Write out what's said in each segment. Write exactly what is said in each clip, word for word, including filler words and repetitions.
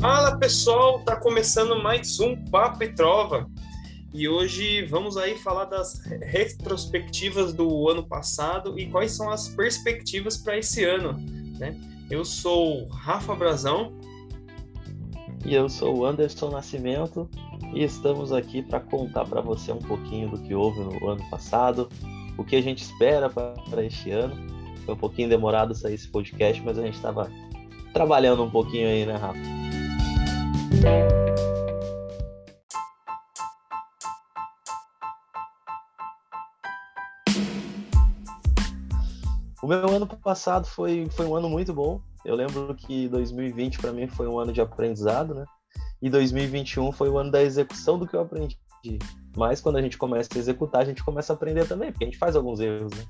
Fala pessoal, tá começando mais um Papo e Trova e hoje vamos aí falar das retrospectivas do ano passado e quais são as perspectivas para esse ano, né? Eu sou Rafa Brazão. E eu sou o Anderson Nascimento e estamos aqui para contar para você um pouquinho do que houve no ano passado, o que a gente espera para este ano. Foi um pouquinho demorado sair esse podcast, mas a gente estava trabalhando um pouquinho aí, né, Rafa? O meu ano passado foi, foi um ano muito bom. Eu lembro que dois mil e vinte para mim foi um ano de aprendizado, né? E dois mil e vinte e um foi o ano da execução do que eu aprendi. Mas quando a gente começa a executar, a gente começa a aprender também, porque a gente faz alguns erros, né?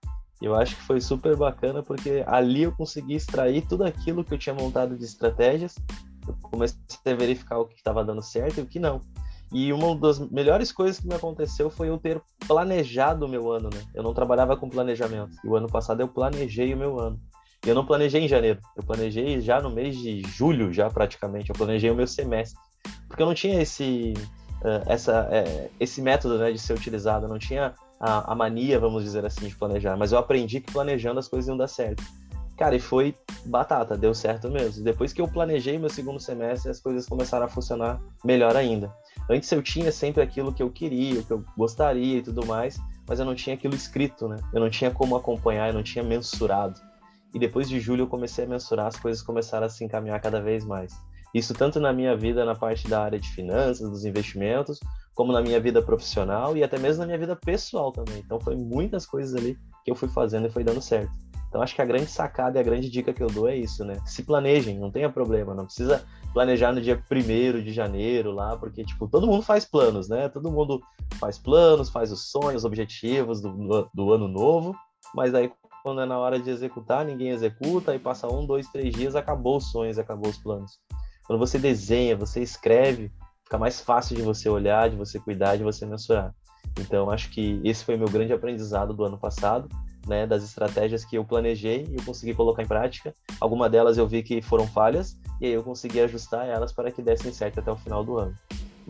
Eu acho que foi super bacana, porque ali eu consegui extrair tudo aquilo que eu tinha montado de estratégias. Eu comecei a verificar o que estava dando certo e o que não. E uma das melhores coisas que me aconteceu foi eu ter planejado o meu ano, né? Eu não trabalhava com planejamento. E o ano passado eu planejei o meu ano. E eu não planejei em janeiro. Eu planejei já no mês de julho, já praticamente. Eu planejei o meu semestre. Porque eu não tinha esse, uh, essa, uh, esse método, né, de ser utilizado. Eu não tinha a, a mania, vamos dizer assim, de planejar. Mas eu aprendi que planejando as coisas iam dar certo. Cara, e foi batata, deu certo mesmo. Depois que eu planejei meu segundo semestre, as coisas começaram a funcionar melhor ainda. Antes eu tinha sempre aquilo que eu queria, o que eu gostaria e tudo mais, mas eu não tinha aquilo escrito, né? Eu não tinha como acompanhar, eu não tinha mensurado. E depois de julho eu comecei a mensurar, as coisas começaram a se encaminhar cada vez mais. Isso tanto na minha vida, na parte da área de finanças, dos investimentos, como na minha vida profissional e até mesmo na minha vida pessoal também. Então foi muitas coisas ali que eu fui fazendo e foi dando certo. Então acho que a grande sacada e a grande dica que eu dou é isso, né? Se planejem, não tenha problema, não precisa planejar no dia primeiro de janeiro lá, porque, tipo, todo mundo faz planos, né? Todo mundo faz planos, faz os sonhos, objetivos do, do ano novo, mas aí quando é na hora de executar, ninguém executa, aí passa um, dois, três dias, acabou os sonhos, acabou os planos. Quando você desenha, você escreve, fica mais fácil de você olhar, de você cuidar, de você mensurar. Então acho que esse foi o meu grande aprendizado do ano passado, né, das estratégias que eu planejei e eu consegui colocar em prática. Algumas delas eu vi que foram falhas e aí eu consegui ajustar elas para que dessem certo até o final do ano.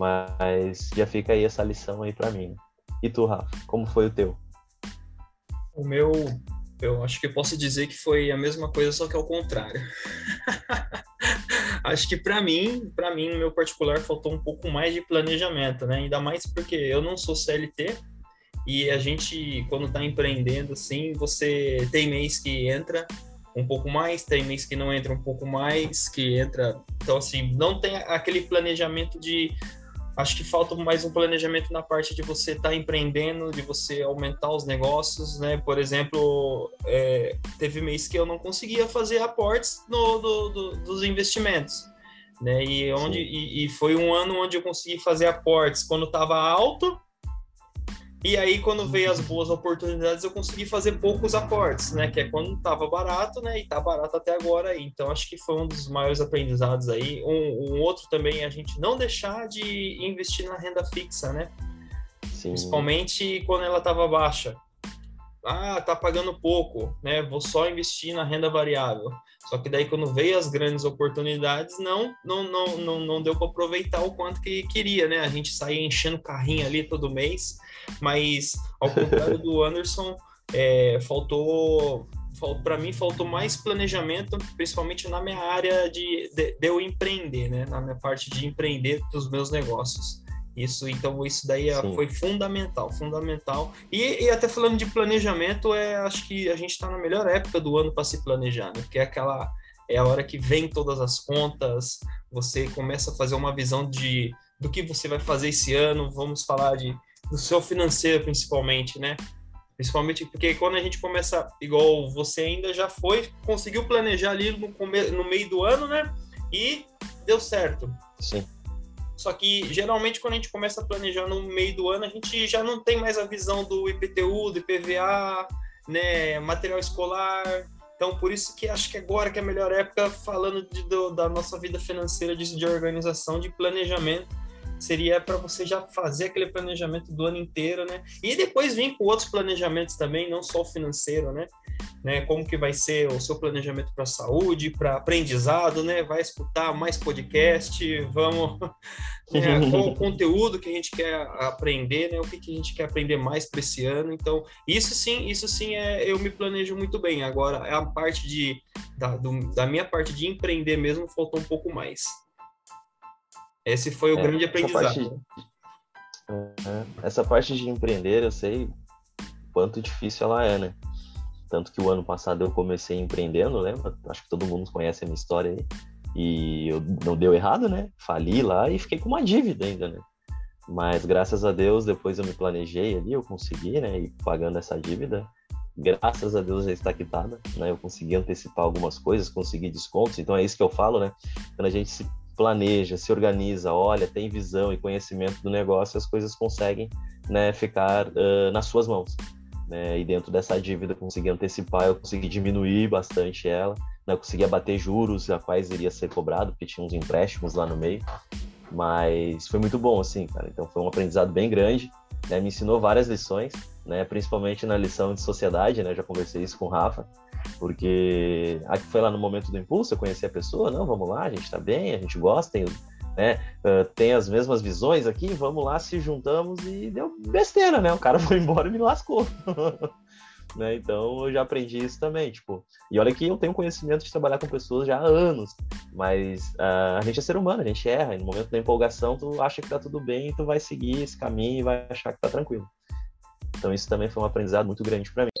Mas já fica aí essa lição aí para mim, né? E tu, Rafa, como foi o teu? O meu, eu acho que eu posso dizer que foi a mesma coisa, só que ao contrário. Acho que para mim, para mim, no meu particular, faltou um pouco mais de planejamento, né? Ainda mais porque eu não sou C L T. E a gente, quando está empreendendo, assim, você tem mês que entra um pouco mais, tem mês que não entra um pouco mais, que entra... Então, assim, não tem aquele planejamento de... Acho que falta mais um planejamento na parte de você estar tá empreendendo, de você aumentar os negócios, né? Por exemplo, é, teve mês que eu não conseguia fazer aportes no, do, do, dos investimentos, né? E, onde, e, e foi um ano onde eu consegui fazer aportes quando estava alto. E aí, quando veio as boas oportunidades, eu consegui fazer poucos aportes, né? Que é quando estava barato, né? E tá barato até agora aí. Então, acho que foi um dos maiores aprendizados aí. Um, um outro também é a gente não deixar de investir na renda fixa, né? Sim. Principalmente quando ela estava baixa. Ah, tá pagando pouco, né? Vou só investir na renda variável. Só que daí, quando veio as grandes oportunidades, não, não, não, não, não deu para aproveitar o quanto que queria, né? A gente saía enchendo o carrinho ali todo mês, mas ao contrário do Anderson, é, faltou, faltou para mim, faltou mais planejamento, principalmente na minha área de, de, de eu empreender, né? Na minha parte de empreender dos meus negócios. Isso, então isso daí Sim. foi fundamental, fundamental. E, e até falando de planejamento, é, acho que a gente está na melhor época do ano para se planejar, né? Porque é aquela é a hora que vem todas as contas, você começa a fazer uma visão de do que você vai fazer esse ano. Vamos falar de do seu financeiro principalmente, né? Principalmente porque quando a gente começa, igual você ainda já foi, conseguiu planejar ali no, no meio do ano, né? E deu certo. Sim. Só que, geralmente, quando a gente começa a planejar no meio do ano, a gente já não tem mais a visão do I P T U, do I P V A, né, material escolar. Então, por isso que acho que agora que é a melhor época, falando de, do, da nossa vida financeira, de, de organização, de planejamento, seria para você já fazer aquele planejamento do ano inteiro, né? E depois vir com outros planejamentos também, não só o financeiro, né? né? Como que vai ser o seu planejamento para saúde, para aprendizado, né? Vai escutar mais podcast, vamos, né? Qual o conteúdo que a gente quer aprender, né? O que, que a gente quer aprender mais para esse ano. Então, isso sim, isso sim é, eu me planejo muito bem. Agora, a parte de, da, do, da minha parte de empreender mesmo, faltou um pouco mais. Esse foi o É, grande essa aprendizado. parte, é, essa parte de empreender, eu sei quanto difícil ela é, né? Tanto que o ano passado eu comecei empreendendo, lembra? Acho que todo mundo conhece a minha história aí. E eu, não deu errado, né? Fali lá e fiquei com uma dívida ainda, né? Mas graças a Deus, depois eu me planejei ali, eu consegui, né? Ir pagando essa dívida. Graças a Deus já está quitada, né? Eu consegui antecipar algumas coisas, consegui descontos. Então é isso que eu falo, né? Quando a gente se planeja, se organiza, olha, tem visão e conhecimento do negócio, as coisas conseguem, né, ficar uh, nas suas mãos. Né? E dentro dessa dívida eu consegui antecipar, eu consegui diminuir bastante ela, né? Eu consegui abater juros a quais iria ser cobrado, porque tinha uns empréstimos lá no meio, mas foi muito bom, assim, cara. Então foi um aprendizado bem grande, né? Me ensinou várias lições, né? Principalmente na lição de sociedade, né? Eu já conversei isso com o Rafa, porque aqui foi lá no momento do impulso, eu conheci a pessoa, não, vamos lá, a gente tá bem, a gente gosta, tem, né, uh, tem as mesmas visões aqui, vamos lá, se juntamos e deu besteira, né, o cara foi embora e me lascou. Né, então eu já aprendi isso também, tipo, e olha que eu tenho conhecimento de trabalhar com pessoas já há anos, mas uh, a gente é ser humano, a gente erra, e no momento da empolgação tu acha que tá tudo bem e tu vai seguir esse caminho e vai achar que tá tranquilo. Então isso também foi um aprendizado muito grande para mim.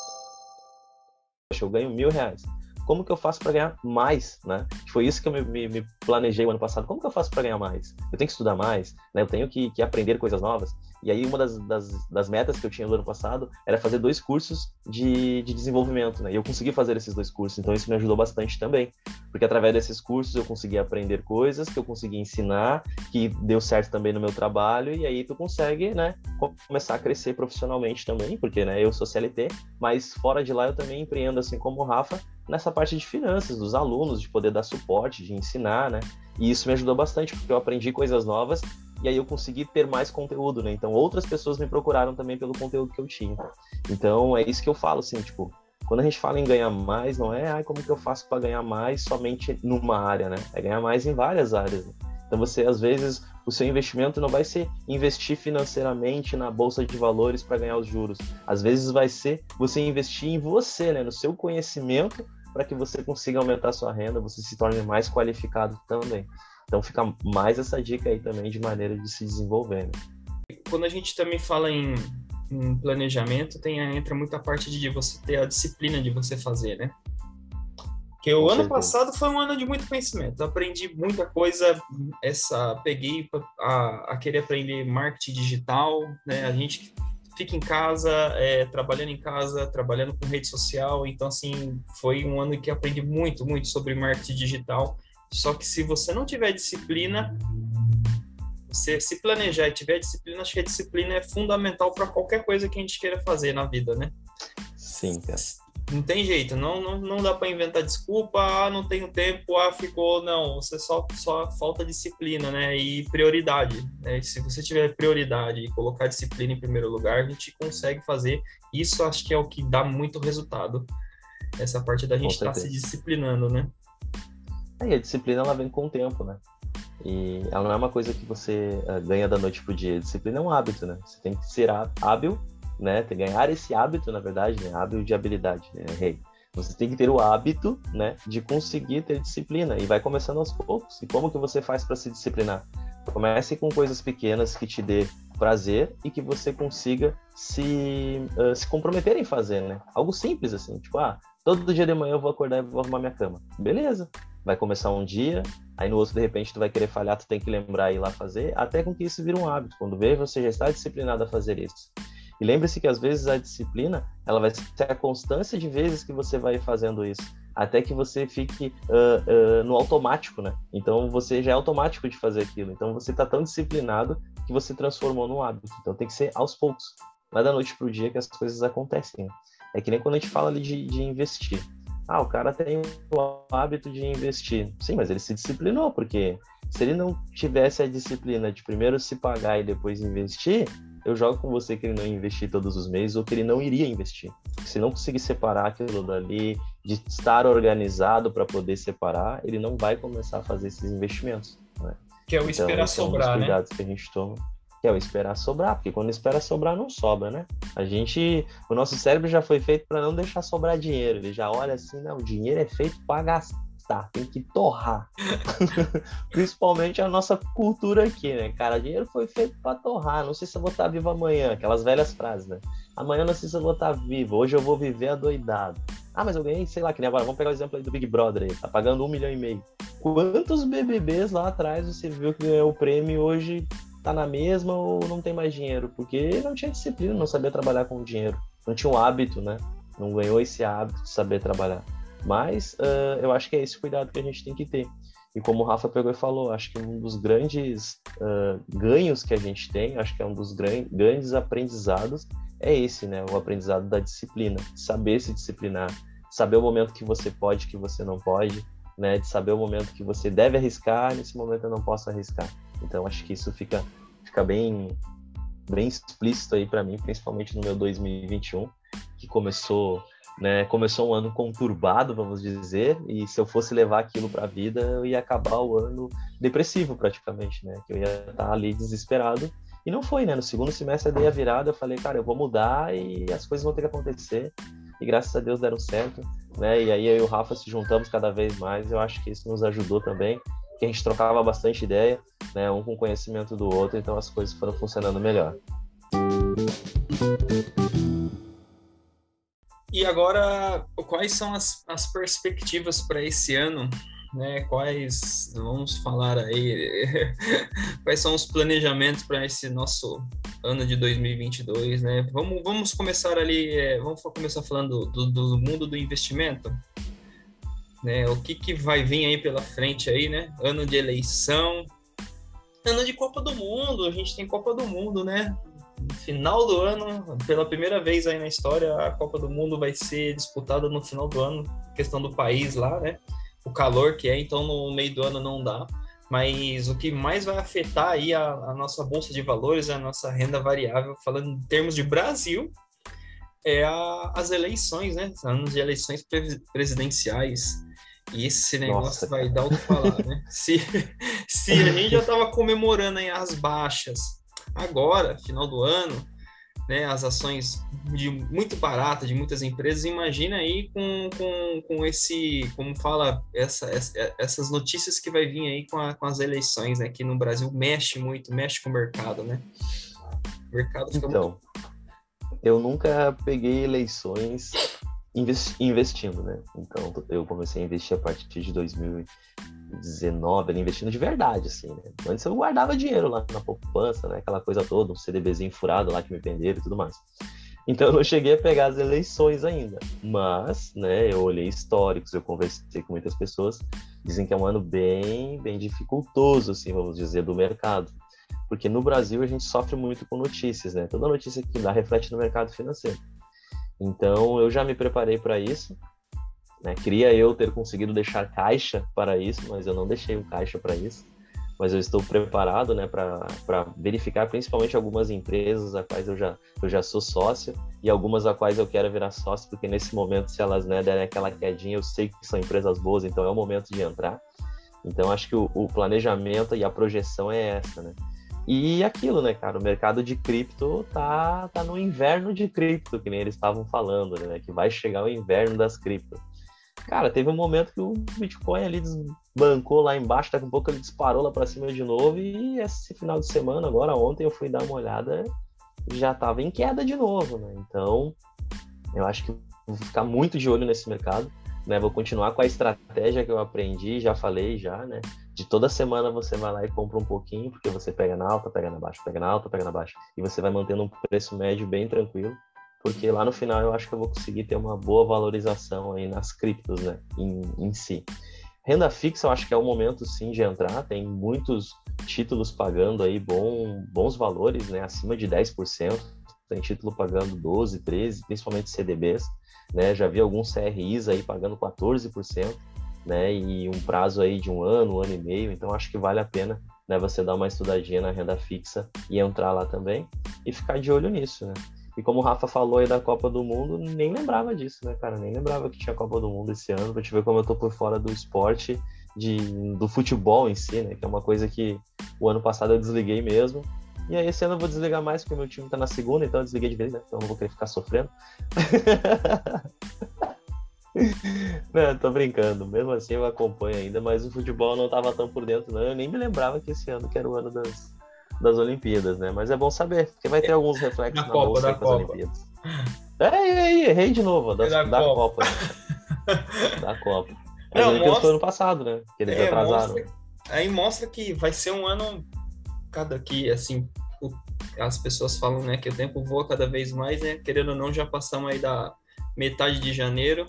Eu ganho mil reais. Como que eu faço para ganhar mais, né? Foi isso que eu me, me, me planejei o ano passado. Como que eu faço para ganhar mais? Eu tenho que estudar mais, né? Eu tenho que, que aprender coisas novas. E aí uma das, das, das metas que eu tinha no ano passado era fazer dois cursos de, de desenvolvimento, né? E eu consegui fazer esses dois cursos, então isso me ajudou bastante também. Porque através desses cursos eu consegui aprender coisas que eu consegui ensinar, que deu certo também no meu trabalho, e aí tu consegue, né, começar a crescer profissionalmente também, porque, né, eu sou C L T, mas fora de lá eu também empreendo, assim como o Rafa, nessa parte de finanças, dos alunos, de poder dar suporte, de ensinar, né? E isso me ajudou bastante, porque eu aprendi coisas novas e aí eu consegui ter mais conteúdo, né? Então outras pessoas me procuraram também pelo conteúdo que eu tinha. Então é isso que eu falo, assim, tipo, quando a gente fala em ganhar mais, não é, ai, como que eu faço para ganhar mais somente numa área, né? É ganhar mais em várias áreas, né? Então você, às vezes, o seu investimento não vai ser investir financeiramente na bolsa de valores para ganhar os juros. Às vezes vai ser você investir em você, né? No seu conhecimento, para que você consiga aumentar a sua renda, você se torne mais qualificado também. Então fica mais essa dica aí também de maneira de se desenvolver, né? Quando a gente também fala em, em planejamento, tem, entra muita parte de você ter a disciplina de você fazer, né? Porque o ano passado foi um ano de muito conhecimento. Eu aprendi muita coisa, essa, peguei a, a querer aprender marketing digital, né? A gente fica em casa, é, trabalhando em casa, trabalhando com rede social. Então, assim, foi um ano que eu aprendi muito, muito sobre marketing digital. Só que se você não tiver disciplina, você se planejar e tiver disciplina, acho que a disciplina é fundamental para qualquer coisa que a gente queira fazer na vida, né? Sim, cara. Não tem jeito, não, não, não dá para inventar desculpa, ah, não tenho tempo, ah, ficou, não, você só, só falta disciplina, né, e prioridade, né? Se você tiver prioridade e colocar disciplina em primeiro lugar, a gente consegue fazer, isso acho que é o que dá muito resultado, essa parte da gente estar tá se disciplinando, né. É, e a disciplina, ela vem com o tempo, né, e ela não é uma coisa que você uh, ganha da noite pro dia, a disciplina é um hábito, né, você tem que ser hábil, né, tem que ganhar esse hábito, na verdade, né, hábito de habilidade, né, hey, você tem que ter o hábito, né, de conseguir ter disciplina, e vai começando aos poucos. E como que você faz para se disciplinar? Comece com coisas pequenas que te dê prazer e que você consiga se, uh, se comprometer em fazer, né, algo simples assim, tipo, ah, todo dia de manhã eu vou acordar e vou arrumar minha cama, beleza, vai começar um dia, aí no outro de repente tu vai querer falhar, tu tem que lembrar e ir lá fazer, até com que isso vira um hábito, quando vê você já está disciplinado a fazer isso. E lembre-se que às vezes a disciplina, ela vai ser a constância de vezes que você vai fazendo isso, até que você fique uh, uh, no automático, né? Então você já é automático de fazer aquilo. Então você está tão disciplinado que você transformou num hábito. Então tem que ser aos poucos, não é da noite para o dia que as coisas acontecem. É que nem quando a gente fala ali de, de investir. Ah, o cara tem o hábito de investir. Sim, mas ele se disciplinou, porque se ele não tivesse a disciplina de primeiro se pagar e depois investir, eu jogo com você que ele não ia investir todos os meses ou que ele não iria investir. Se não conseguir separar aquilo dali, de estar organizado para poder separar, ele não vai começar a fazer esses investimentos, né? Que é o Então, esperar esse é um dos sobrar, né? cuidados que a gente toma. Que é o esperar sobrar, porque quando espera sobrar, não sobra, né? A gente, o nosso cérebro já foi feito para não deixar sobrar dinheiro. Ele já olha assim, não, o dinheiro é feito para gastar, tem que torrar. Principalmente a nossa cultura aqui, né, cara? Dinheiro foi feito para torrar. Não sei se eu vou estar vivo amanhã, aquelas velhas frases, né? Amanhã não sei se eu vou estar vivo, hoje eu vou viver adoidado. Ah, mas eu ganhei, sei lá, que nem agora, vamos pegar o exemplo aí do Big Brother aí, tá pagando um milhão e meio. Quantos B B Bs lá atrás você viu que ganhou o prêmio e hoje tá na mesma ou não tem mais dinheiro? Porque não tinha disciplina, não sabia trabalhar com dinheiro. Não tinha um hábito, né? Não ganhou esse hábito de saber trabalhar. Mas uh, eu acho que é esse cuidado que a gente tem que ter. E como o Rafa pegou e falou, acho que um dos grandes uh, ganhos que a gente tem, acho que é um dos gran- grandes aprendizados, é esse, né? O aprendizado da disciplina. Saber se disciplinar, saber o momento que você pode, que você não pode, né? De saber o momento que você deve arriscar, nesse momento eu não posso arriscar. Então, acho que isso fica, fica bem, bem explícito aí para mim, principalmente no meu dois mil e vinte e um, que começou, né, começou um ano conturbado, vamos dizer, e se eu fosse levar aquilo para a vida, eu ia acabar o ano depressivo praticamente, né, que eu ia estar ali desesperado. E não foi, né? No segundo semestre eu dei a virada, eu falei, cara, eu vou mudar e as coisas vão ter que acontecer. E graças a Deus deram certo, né? E aí eu e o Rafa se juntamos cada vez mais, eu acho que isso nos ajudou também, que a gente trocava bastante ideia, né, um com conhecimento do outro, então as coisas foram funcionando melhor. E agora, quais são as, as perspectivas para esse ano, né? Quais, vamos falar aí, quais são os planejamentos para esse nosso ano de dois mil e vinte e dois, né? Vamos, vamos começar ali, é, vamos começar falando do, do mundo do investimento. Né, o que, que vai vir aí pela frente aí, né? Ano de eleição, ano de Copa do Mundo, a gente tem Copa do Mundo, né? No final do ano, pela primeira vez aí na história, a Copa do Mundo vai ser disputada no final do ano, questão do país lá, né? O calor que é, então no meio do ano não dá. Mas o que mais vai afetar aí a, a nossa bolsa de valores, a nossa renda variável, falando em termos de Brasil, é a, as eleições, né? Anos de eleições pre- presidenciais. E esse negócio Nossa, vai cara. dar o que falar, né? Se, se a gente já estava comemorando aí as baixas, agora, final do ano, né, as ações de muito baratas de muitas empresas, imagina aí com, com, com esse, como fala, essa, essa, essas notícias que vai vir aí com, a, com as eleições, né? Que no Brasil mexe muito, mexe com o mercado, né? O mercado fica então, muito... eu nunca peguei eleições investindo, né? Então, eu comecei a investir a partir de dois mil e dezenove, ali, investindo de verdade, assim, né? Antes eu guardava dinheiro lá na poupança, né? Aquela coisa toda, um CDBzinho furado lá que me venderam e tudo mais. Então, eu não cheguei a pegar as eleições ainda. Mas, né, eu olhei históricos, eu conversei com muitas pessoas, dizem que é um ano bem, bem dificultoso, assim, vamos dizer, do mercado. Porque no Brasil a gente sofre muito com notícias, né? Toda notícia que dá reflete no mercado financeiro. Então, eu já me preparei para isso, né? Queria eu ter conseguido deixar caixa para isso, mas eu não deixei o caixa para isso. Mas eu estou preparado, né, para verificar principalmente algumas empresas a quais eu já, eu já sou sócio e algumas a quais eu quero virar sócio, porque nesse momento, se elas, né, derem aquela quedinha, eu sei que são empresas boas, então é o momento de entrar. Então, acho que o, o planejamento e a projeção é essa, né? E aquilo, né, cara, o mercado de cripto tá, tá no inverno de cripto, que nem eles estavam falando, né, que vai chegar o inverno das criptos. Cara, teve um momento que o Bitcoin ali desbancou lá embaixo, daqui a pouco ele disparou lá para cima de novo e esse final de semana, agora ontem eu fui dar uma olhada, já tava em queda de novo, né, então eu acho que vou ficar muito de olho nesse mercado, né, vou continuar com a estratégia que eu aprendi, já falei já, né, de toda semana você vai lá e compra um pouquinho, porque você pega na alta, pega na baixa, pega na alta, pega na baixa, e você vai mantendo um preço médio bem tranquilo, porque lá no final eu acho que eu vou conseguir ter uma boa valorização aí nas criptos, né, em, em si. Renda fixa eu acho que é o momento sim de entrar, tem muitos títulos pagando aí bom, bons valores, né, acima de dez por cento, tem título pagando doze, treze, principalmente C D Bs, né, já vi alguns C R Is aí pagando quatorze por cento, né, e um prazo aí de um ano, um ano e meio, então acho que vale a pena né, você dar uma estudadinha na renda fixa e entrar lá também e ficar de olho nisso, né? E como o Rafa falou aí da Copa do Mundo, nem lembrava disso, né, cara? Nem lembrava que tinha Copa do Mundo esse ano, pra te ver como eu tô por fora do esporte, de, do futebol em si, né? Que é uma coisa que o ano passado eu desliguei mesmo. E aí esse ano eu vou desligar mais, porque meu time tá na segunda, então eu desliguei de vez, né? Então eu não vou querer ficar sofrendo. Não, tô brincando. Mesmo assim eu acompanho ainda, mas o futebol eu não tava tão por dentro, não. Eu nem me lembrava que esse ano que era o ano das, das Olimpíadas, né? Mas é bom saber, porque vai ter alguns reflexos Da na Copa, bolsa da aí com as Copa. Olimpíadas. É, é, errei de novo, da, Da da Copa. Copa. Né? Da Copa. As Não, Olimpíadas foi mostra, ano passado, né? Que eles é, atrasaram. mostra, aí mostra que vai ser um ano cada que, assim, o, as pessoas falam, né, que o tempo voa cada vez mais, né? Querendo ou não, já passamos aí da metade de janeiro.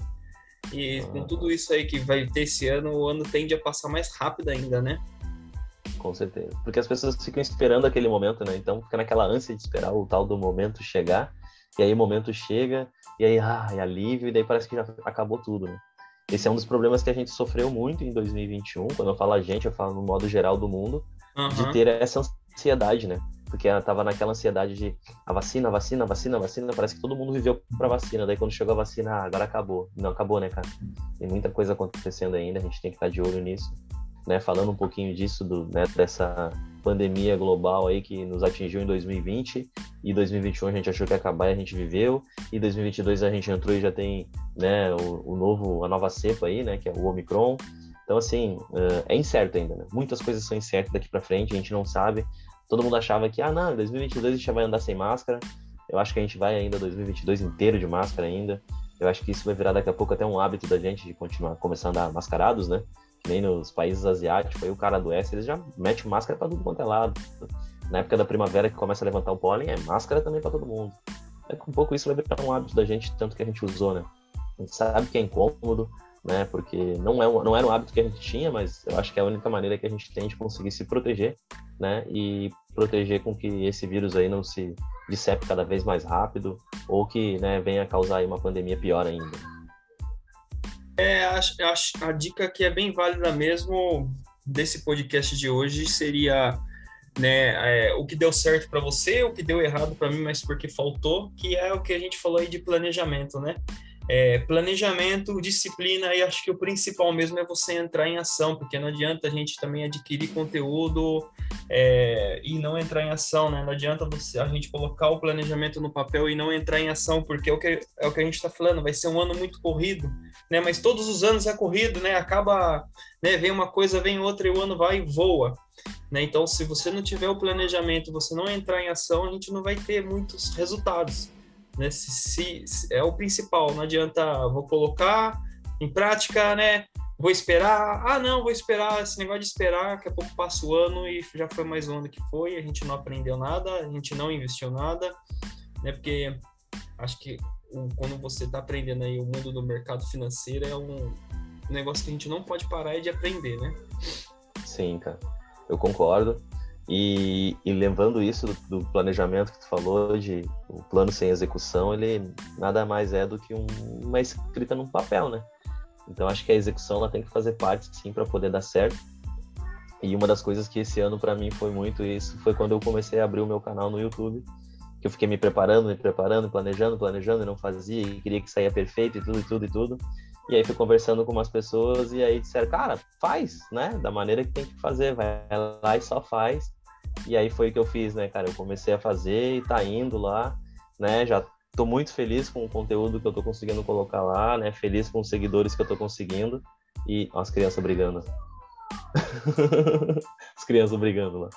E com Ah, tudo isso aí que vai ter esse ano, o ano tende a passar mais rápido ainda, né? com certeza. Porque as pessoas ficam esperando aquele momento, né? Então fica naquela ânsia de esperar o tal do momento chegar. E aí o momento chega, e aí, ah, é alívio, e daí parece que já acabou tudo, né? Esse é um dos problemas que a gente sofreu muito em dois mil e vinte e um. Quando eu falo a gente, eu falo no modo geral do mundo, de Uhum. ter essa ansiedade, né? Porque ela tava naquela ansiedade de a vacina, a vacina, a vacina, a vacina, parece que todo mundo viveu pra vacina. Daí quando chegou a vacina, ah, agora acabou. Não, acabou, né, cara? Tem muita coisa acontecendo ainda, a gente tem que estar de olho nisso, né? Falando um pouquinho disso, do, né, dessa pandemia global aí que nos atingiu em dois mil e vinte, e dois mil e vinte e um a gente achou que ia acabar e a gente viveu, e dois mil e vinte e dois a gente entrou e já tem, né, o, o novo, a nova cepa aí, né, que é o Omicron. Então, assim, é incerto ainda, né? Muitas coisas são incertas daqui pra frente, a gente não sabe. Todo mundo achava que, ah, não, em dois mil e vinte e dois a gente já vai andar sem máscara. Eu acho que a gente vai ainda dois mil e vinte e dois inteiro de máscara ainda. Eu acho que isso vai virar daqui a pouco até um hábito da gente de continuar, começar a andar mascarados, né? Que nem nos países asiáticos, aí o cara adoece, eles já metem máscara pra tudo quanto é lado. Na época da primavera que começa a levantar o pólen, é máscara também pra todo mundo. Daqui a pouco isso vai virar um hábito da gente, tanto que a gente usou, né? A gente sabe que é incômodo, né? Porque não, é um, não era um hábito que a gente tinha, mas eu acho que é a única maneira que a gente tem de conseguir se proteger, né? E proteger com que esse vírus aí não se dissepe cada vez mais rápido ou que, né, venha causar aí uma pandemia pior ainda. É, acho, acho, a dica que é bem válida mesmo desse podcast de hoje seria, né, é, o que deu certo para você, o que deu errado para mim, mas porque faltou, que é o que a gente falou aí de planejamento, né? É, planejamento, disciplina, e acho que o principal mesmo é você entrar em ação, porque não adianta a gente também adquirir conteúdo é, e não entrar em ação, né? Não adianta você, a gente colocar o planejamento no papel e não entrar em ação, porque é o que, é o que a gente está falando, vai ser um ano muito corrido, né? Mas todos os anos é corrido, né? Acaba, né? Vem uma coisa, vem outra e o ano vai e voa, né? Então, se você não tiver o planejamento, você não entrar em ação, a gente não vai ter muitos resultados. Né? Se, se, se é o principal, não adianta, vou colocar em prática, né? Vou esperar, ah não, vou esperar, esse negócio de esperar, daqui a pouco passa o ano e já foi mais um ano que foi, a gente não aprendeu nada, a gente não investiu nada, né? Porque acho que o, quando você está aprendendo aí o mundo do mercado financeiro é um negócio que a gente não pode parar de aprender, né? Sim, cara, eu concordo. E, e levando isso do, do planejamento que tu falou, de o plano sem execução, ele nada mais é do que um, uma escrita num papel, né? Então acho que a execução ela tem que fazer parte, sim, para poder dar certo. E uma das coisas que esse ano para mim foi muito isso, foi quando eu comecei a abrir o meu canal no YouTube, que eu fiquei me preparando, me preparando, planejando, planejando, e não fazia, e queria que saia perfeito e tudo, e tudo, e tudo. E aí fui conversando com umas pessoas e aí disseram, cara, faz, né? Da maneira que tem que fazer, vai lá e só faz. E aí foi o que eu fiz, né, cara? Eu comecei a fazer e tá indo lá, né? Já tô muito feliz com o conteúdo que eu tô conseguindo colocar lá, né? Feliz com os seguidores que eu tô conseguindo. E, ó, as crianças brigando. As crianças brigando lá.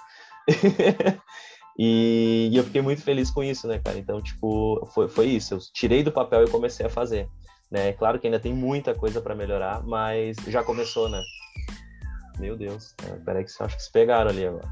E, e eu fiquei muito feliz com isso, né, cara? Então, tipo, foi, foi isso. Eu tirei do papel e comecei a fazer. Né? Claro que ainda tem muita coisa para melhorar, mas já começou, né? Meu Deus, é, peraí que eu acho que se pegaram ali agora.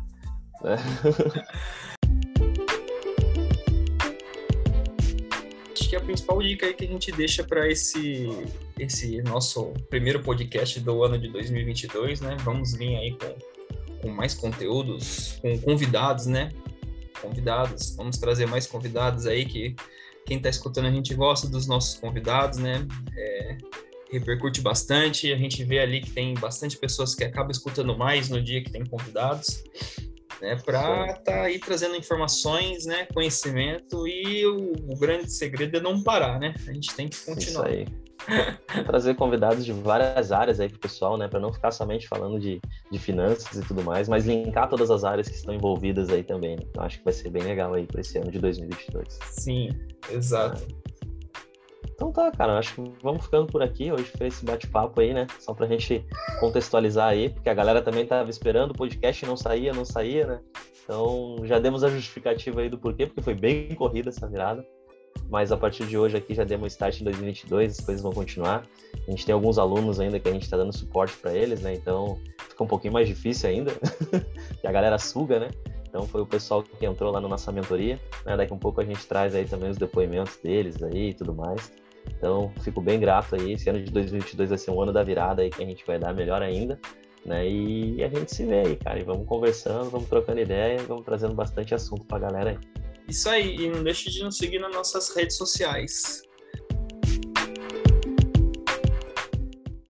Acho que a principal dica aí que a gente deixa para esse, esse nosso primeiro podcast do ano de dois mil e vinte e dois, né? Vamos vir aí com, com mais conteúdos, com convidados, né? Convidados, vamos trazer mais convidados aí que quem está escutando a gente gosta dos nossos convidados, né? É, repercute bastante, a gente vê ali que tem bastante pessoas que acabam escutando mais no dia que tem convidados, né, para estar tá aí trazendo informações, né, conhecimento, e o, o grande segredo é não parar, né? A gente tem que continuar. Isso aí. Trazer convidados de várias áreas aí pro pessoal, né, para não ficar somente falando de, de finanças e tudo mais, mas linkar todas as áreas que estão envolvidas aí também, né? Eu acho que vai ser bem legal aí para esse ano de dois mil e vinte e dois. Sim, exato. Então tá, cara, acho que vamos ficando por aqui. Hoje foi esse bate-papo aí, né? Só pra gente contextualizar aí, porque a galera também tava esperando, o podcast não saía, não saía, né? Então já demos a justificativa aí do porquê, porque foi bem corrida essa virada. Mas a partir de hoje aqui já demos start em dois mil e vinte e dois, as coisas vão continuar. A gente tem alguns alunos ainda que a gente está dando suporte para eles, né? Então fica um pouquinho mais difícil ainda, que a galera suga, né? Então foi o pessoal que entrou lá na nossa mentoria, né? Daqui a um pouco a gente traz aí também os depoimentos deles aí e tudo mais. Então fico bem grato aí. Esse ano de dois mil e vinte e dois vai ser um ano da virada aí que a gente vai dar melhor ainda, né? E a gente se vê aí, cara. E vamos conversando, vamos trocando ideia, vamos trazendo bastante assunto pra galera aí. Isso aí, e não deixe de nos seguir nas nossas redes sociais.